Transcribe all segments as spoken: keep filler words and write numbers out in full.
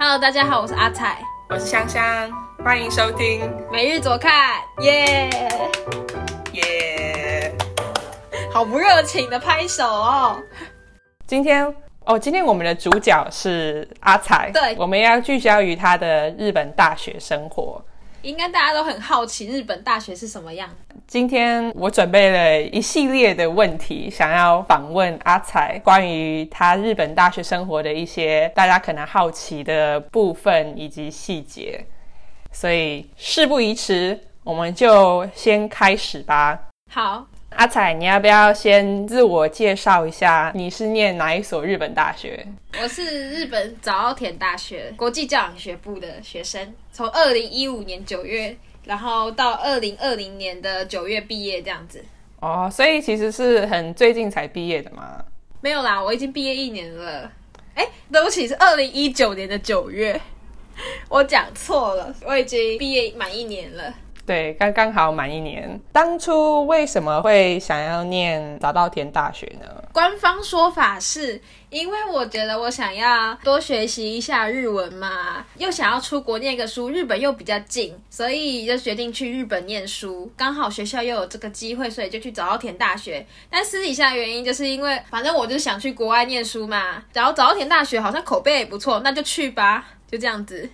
Hello， 大家好，我是阿彩， 我是香香，欢迎收听每日左看，耶耶！ 好不热情的拍手哦。 今天哦，今天我们的主角是阿彩， 对， 我们要聚焦于他的日本大学生活。 应该大家都很好奇日本大学是什么样。 今天我准备了一系列的问题，想要访问阿彩关于他日本大学生活的一些大家可能好奇的部分以及细节，所以事不宜迟，我们就先开始吧。 好， 阿彩，你要不要先自我介绍一下，你是念哪一所日本大学？ 我是日本早稻田大学国际教养学部的学生，从二零一五年九月，然后到二零二零年的九月毕业这样子。 哦，所以其实是很最近才毕业的吗？ 没有啦，我已经毕业一年了。哎，对不起，是二零一九年的九月，我讲错了，我已经毕业满一年了。 对，刚刚好满一年。当初为什么会想要念早稻田大学呢？ 官方说法是因为我觉得我想要多学习一下日文嘛，又想要出国念个书，日本又比较近，所以就决定去日本念书。刚好学校又有这个机会，所以就去早稻田大学。但私底下的原因就是因为反正我就想去国外念书嘛，然后早稻田大学好像口碑也不错，那就去吧，就这样子。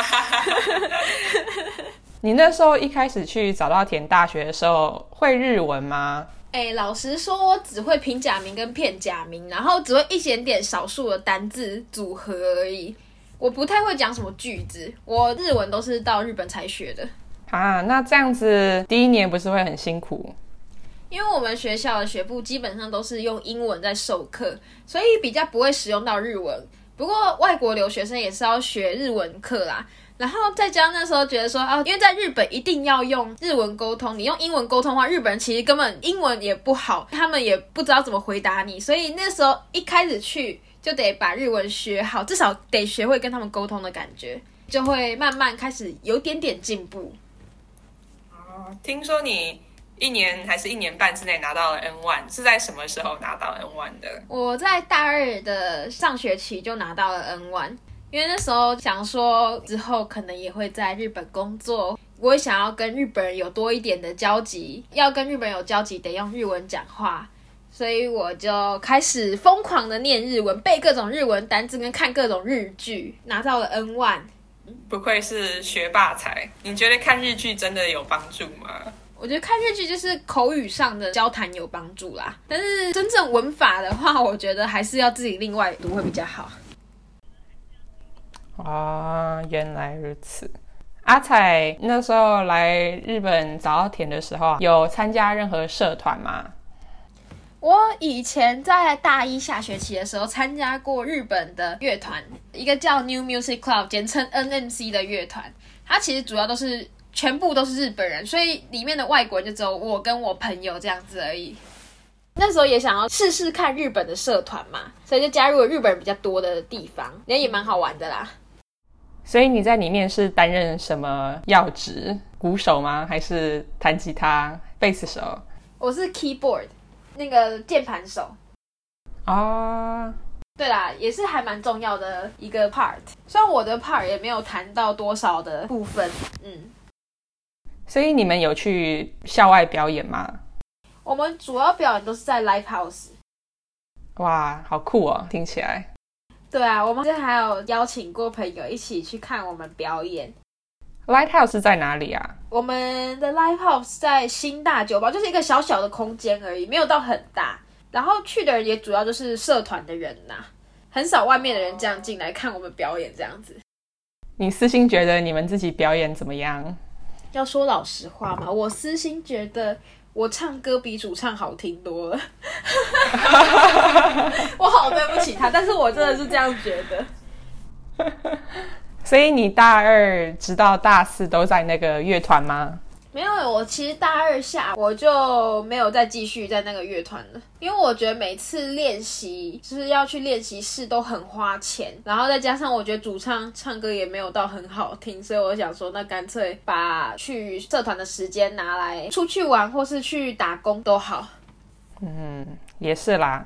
你那时候一开始去早稻田大学的时候会日文吗？ 哎，老实说，我只会平假名跟片假名，然后只会一点点少数的单字组合而已。我不太会讲什么句子，我日文都是到日本才学的。 啊，那这样子第一年不是会很辛苦？ 因为我们学校的学部基本上都是用英文在授课，所以比较不会使用到日文。不过外国留学生也是要学日文课啦。然后再加上那时候觉得说啊，因为在日本一定要用日文沟通，你用英文沟通的话，日本人其实根本英文也不好，他们也不知道怎么回答你，所以那时候一开始去就得把日文学好，至少得学会跟他们沟通的感觉，就会慢慢开始有点点进步。 哦，听说你一年还是一年半之内拿到了 N 一， 是在什么时候拿到 N 一 的？ 我在大二的上学期就拿到了 N 一。因为那时候想说之后可能也会在日本工作，我也想要跟日本人有多一点的交集，要跟日本人有交集得用日文讲话，所以我就开始疯狂的念日文，背各种日文单字跟看各种日剧，拿到了 N 一。 不愧是学霸才，你觉得看日剧真的有帮助吗？ 我觉得看日剧就是口语上的交谈有帮助啦，但是真正文法的话，我觉得还是要自己另外读会比较好。 哦，原来如此。阿彩那时候来日本早稻田的时候，有参加任何社团吗？ 我以前在大一下学期的时候参加过日本的乐团，一个叫 New Music Club 简称 N M C 的乐团，它其实主要都是全部都是日本人，所以里面的外国人就只有我跟我朋友这样子而已。那时候也想要试试看日本的社团嘛，所以就加入了日本人比较多的地方，那也蛮好玩的啦。 所以你在里面是担任什么要职？鼓手吗？还是弹吉他、贝斯手？ 我是 keyboard 那个键盘手。 哦， 对啦，也是还蛮重要的一个 part。虽然我的 part 也没有弹到多少的部分，嗯。 所以你们有去校外表演吗？ 我们主要表演都是在 live house。 哇，好酷哦，听起来。 对啊，我们之前还有邀请过朋友一起去看我们表演。 Lighthouse 是在哪里啊？ 我们的 Lighthouse 在新大久保，就是一个小小的空间而已，没有到很大。然后去的人也主要就是社团的人呐、啊，很少外面的人这样进来看我们表演这样子。 你私心觉得你们自己表演怎么样？ 要说老实话嘛，我私心觉得我唱歌比主唱好听多了。我好对不起他，但是我真的是这样觉得。 所以你大二直到大四都在那个乐团吗？ 没有，我其实大二下我就没有再继续在那个乐团了，因为我觉得每次练习就是要去练习室都很花钱，然后再加上我觉得主唱唱歌也没有到很好听，所以我想说那干脆把去社团的时间拿来出去玩或是去打工都好。 嗯，也是啦。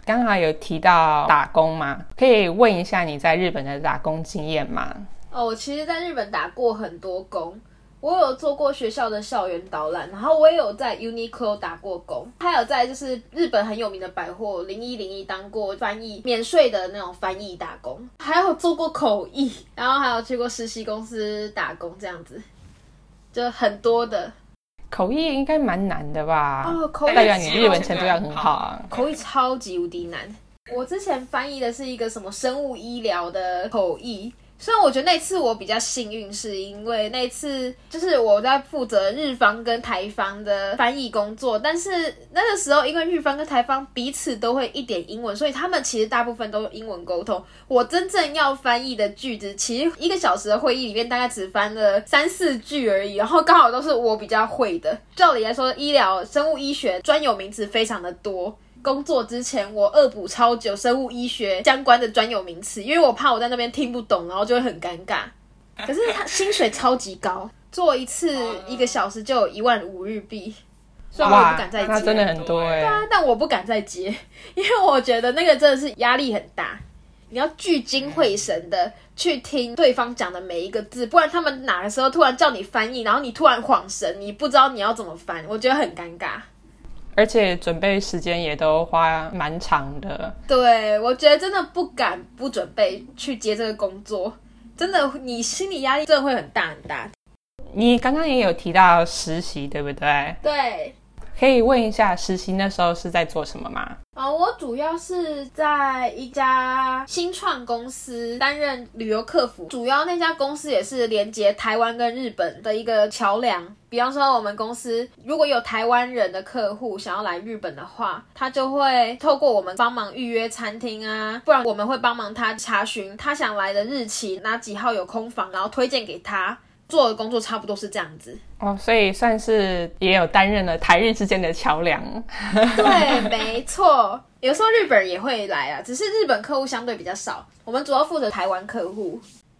刚好有提到打工嘛，可以问一下你在日本的打工经验吗？ 哦，我其实在日本打过很多工，我有做过学校的校园导览，然后我也有在 Uniqlo 打过工，还有在就是日本很有名的百货零一零一当过翻译，免税的那种翻译打工，还有做过口译，然后还有去过实习公司打工，这样子就很多的。 口译应该蛮难的吧？ 哦，口译代表你日文程度要很好啊。 口译超级无敌难。我之前翻译的是一个什么生物医疗的口译，虽然我觉得那次我比较幸运，是因为那次就是我在负责日方跟台方的翻译工作，但是那个时候因为日方跟台方彼此都会一点英文，所以他们其实大部分都用英文沟通。我真正要翻译的句子，其实一个小时的会议里面大概只翻了三四句而已，然后刚好都是我比较会的。照理来说，医疗生物医学专有名词非常的多。工作之前我恶补超久生物医学相关的专有名词，因为我怕我在那边听不懂，然后就会很尴尬。可是他薪水超级高，做一次一个小时就有一万五日币，所以我也不敢再接。 那真的很多哎、欸。 对啊，但我不敢再接，因为我觉得那个真的是压力很大，你要聚精会神的去听对方讲的每一个字，不然他们哪个时候突然叫你翻译，然后你突然恍神，你不知道你要怎么翻，我觉得很尴尬。 而且准备时间也都花蛮长的。 对，我觉得真的不敢不准备去接这个工作，真的你心理压力真的会很大很大。 你刚刚也有提到实习对不对？ 对， 可以问一下实习那时候是在做什么吗？ 呃，我主要是在一家新创公司担任旅游客服，主要那家公司也是连接台湾跟日本的一个桥梁。比方说我们公司如果有台湾人的客户想要来日本的话，他就会透过我们帮忙预约餐厅啊，不然我们会帮忙他查询他想来的日期，哪几号有空房，然后推荐给他。做的工作差不多是这样子哦，所以算是也有担任了台日之间的桥梁。 对，没错，有时候日本人也会来啊，只是日本客户相对比较少，我们主要负责台湾客户。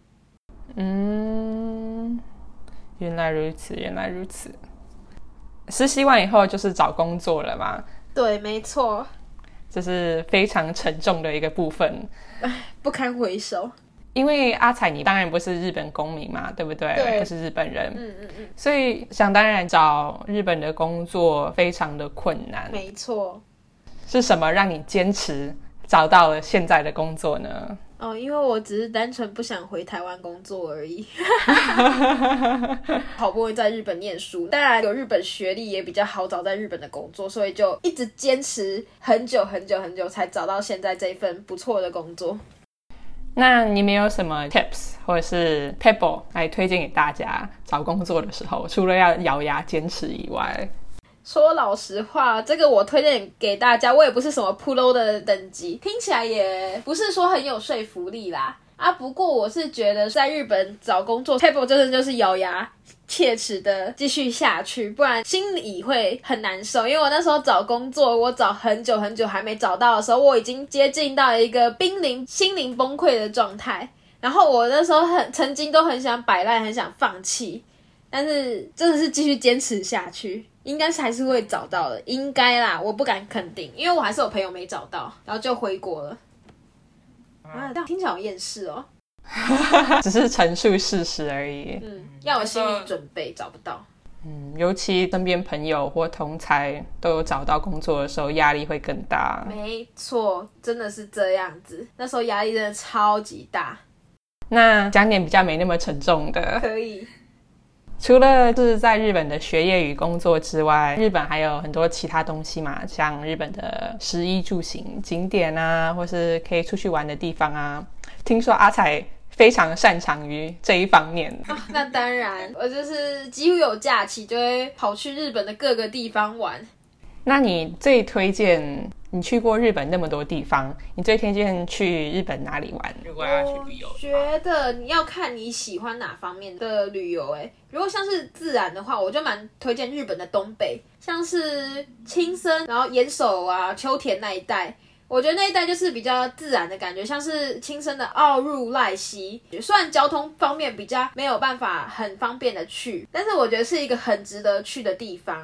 嗯，原来如此，原来如此。实习完以后就是找工作了嘛？ 对，没错， 这是非常沉重的一个部分， 不堪回首。 因为阿采你当然不是日本公民嘛，对不对？ 对， 不是日本人。 嗯嗯嗯。 所以想当然找日本的工作非常的困难。 没错。 是什么让你坚持找到了现在的工作呢？ 哦，因为我只是单纯不想回台湾工作而已。好不容易在日本念书，当然有日本学历也比较好找在日本的工作，所以就一直坚持很久很久很久才找到现在这一份不错的工作。 那你们有什么 tips 或者是 pebble 来推荐给大家找工作的时候，除了要咬牙坚持以外？ 说老实话，这个我推荐给大家，我也不是什么 pro 的等级，听起来也不是说很有说服力啦。啊，不过我是觉得在日本找工作 pebble 真的就是咬牙切齿的继续下去，不然心里会很难受。因为我那时候找工作，我找很久很久还没找到的时候，我已经接近到一个濒临心灵崩溃的状态。然后我那时候很曾经都很想摆烂，很想放弃，但是真的是继续坚持下去，应该是还是会找到的，应该啦，我不敢肯定，因为我还是有朋友没找到，然后就回国了。啊，这样听起来好厌世哦。 只是陈述事实而已。 嗯，要有心理准备，找不到。 嗯，尤其身边朋友或同才都有找到工作的时候，压力会更大。 没错，真的是这样子。那时候压力真的超级大。 那讲点比较没那么沉重的。 可以。 除了是在日本的学业与工作之外，日本还有很多其他东西嘛，像日本的食衣住行景点啊，或是可以出去玩的地方啊。听说阿采非常擅长于这一方面。 哦，那当然，我就是几乎有假期就会跑去日本的各个地方玩。 那你最推荐，你去过日本那么多地方，你最推荐去日本哪里玩？如果要去旅游， 我觉得你要看你喜欢哪方面的旅游。哎，如果像是自然的话，我就蛮推荐日本的东北，像是青森，然后岩手啊、秋田那一带。我觉得那一带就是比较自然的感觉，像是青森的奥入濑溪，虽然交通方面比较没有办法很方便的去，但是我觉得是一个很值得去的地方。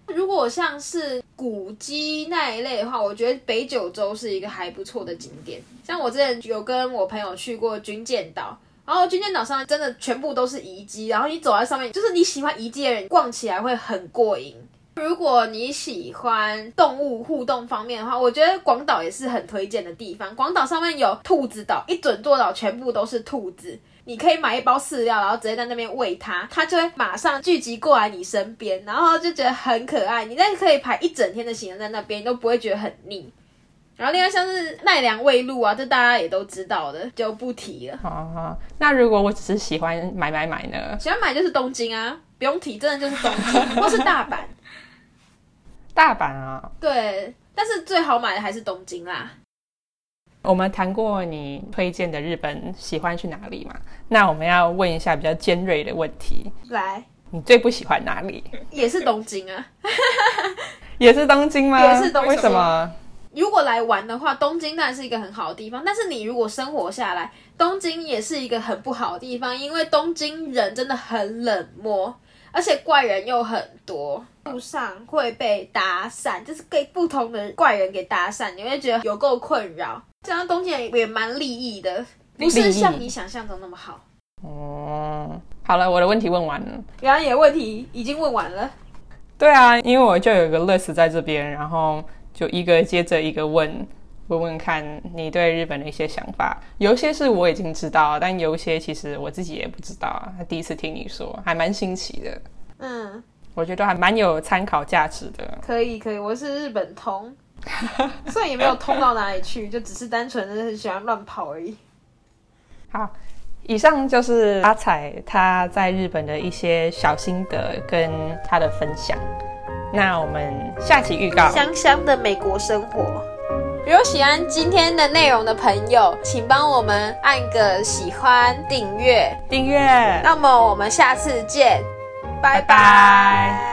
如果像是古迹那一类的话，我觉得北九州是一个还不错的景点。像我之前有跟我朋友去过军舰岛，然后军舰岛上真的全部都是遗迹，然后你走在上面，就是你喜欢遗迹的人逛起来会很过瘾。如果你喜欢动物互动方面的话，我觉得广岛也是很推荐的地方。广岛上面有兔子岛，一整座岛全部都是兔子，你可以买一包饲料，然后直接在那边喂它，它就会马上聚集过来你身边，然后就觉得很可爱。你那可以排一整天的行程在那边，你都不会觉得很腻。然后另外像是奈良卫路啊，这大家也都知道的，就不提了。 哦，那如果我只是喜欢买买买呢？ 喜欢买就是东京啊，不用提，真的就是东京或是大阪。 大阪啊， 对，但是最好买的还是东京啦。 我们谈过你推荐的日本喜欢去哪里嘛？那我们要问一下比较尖锐的问题。 来， 你最不喜欢哪里？ 也是东京啊。 也是东京吗？ 也是东京。 为什么？ 如果来玩的话，东京当然是一个很好的地方，但是你如果生活下来，东京也是一个很不好的地方，因为东京人真的很冷漠，而且怪人又很多，路上会被搭讪，就是被不同的怪人给搭讪，你会觉得有够困扰。这样东京人也蛮利益的，不是像你想象中那么好。 哦，好了，我的问题问完了。 原来你的问题已经问完了。 对啊，因为我就有一个 list 在这边，然后就一个接着一个问问问看你对日本的一些想法。有一些是我已经知道，但有一些其实我自己也不知道，第一次听你说，还蛮新奇的。 嗯， 我觉得还蛮有参考价值的。 可以可以，我是日本通，虽然也没有通到哪里去，就只是单纯的很喜欢乱跑而已。 好，以上就是阿采他在日本的一些小心得跟他的分享。那我们下期预告香香的美国生活。如果喜欢今天的内容的朋友，请帮我们按个喜欢、订阅、 订阅。 那么我们下次见，拜拜。 拜拜。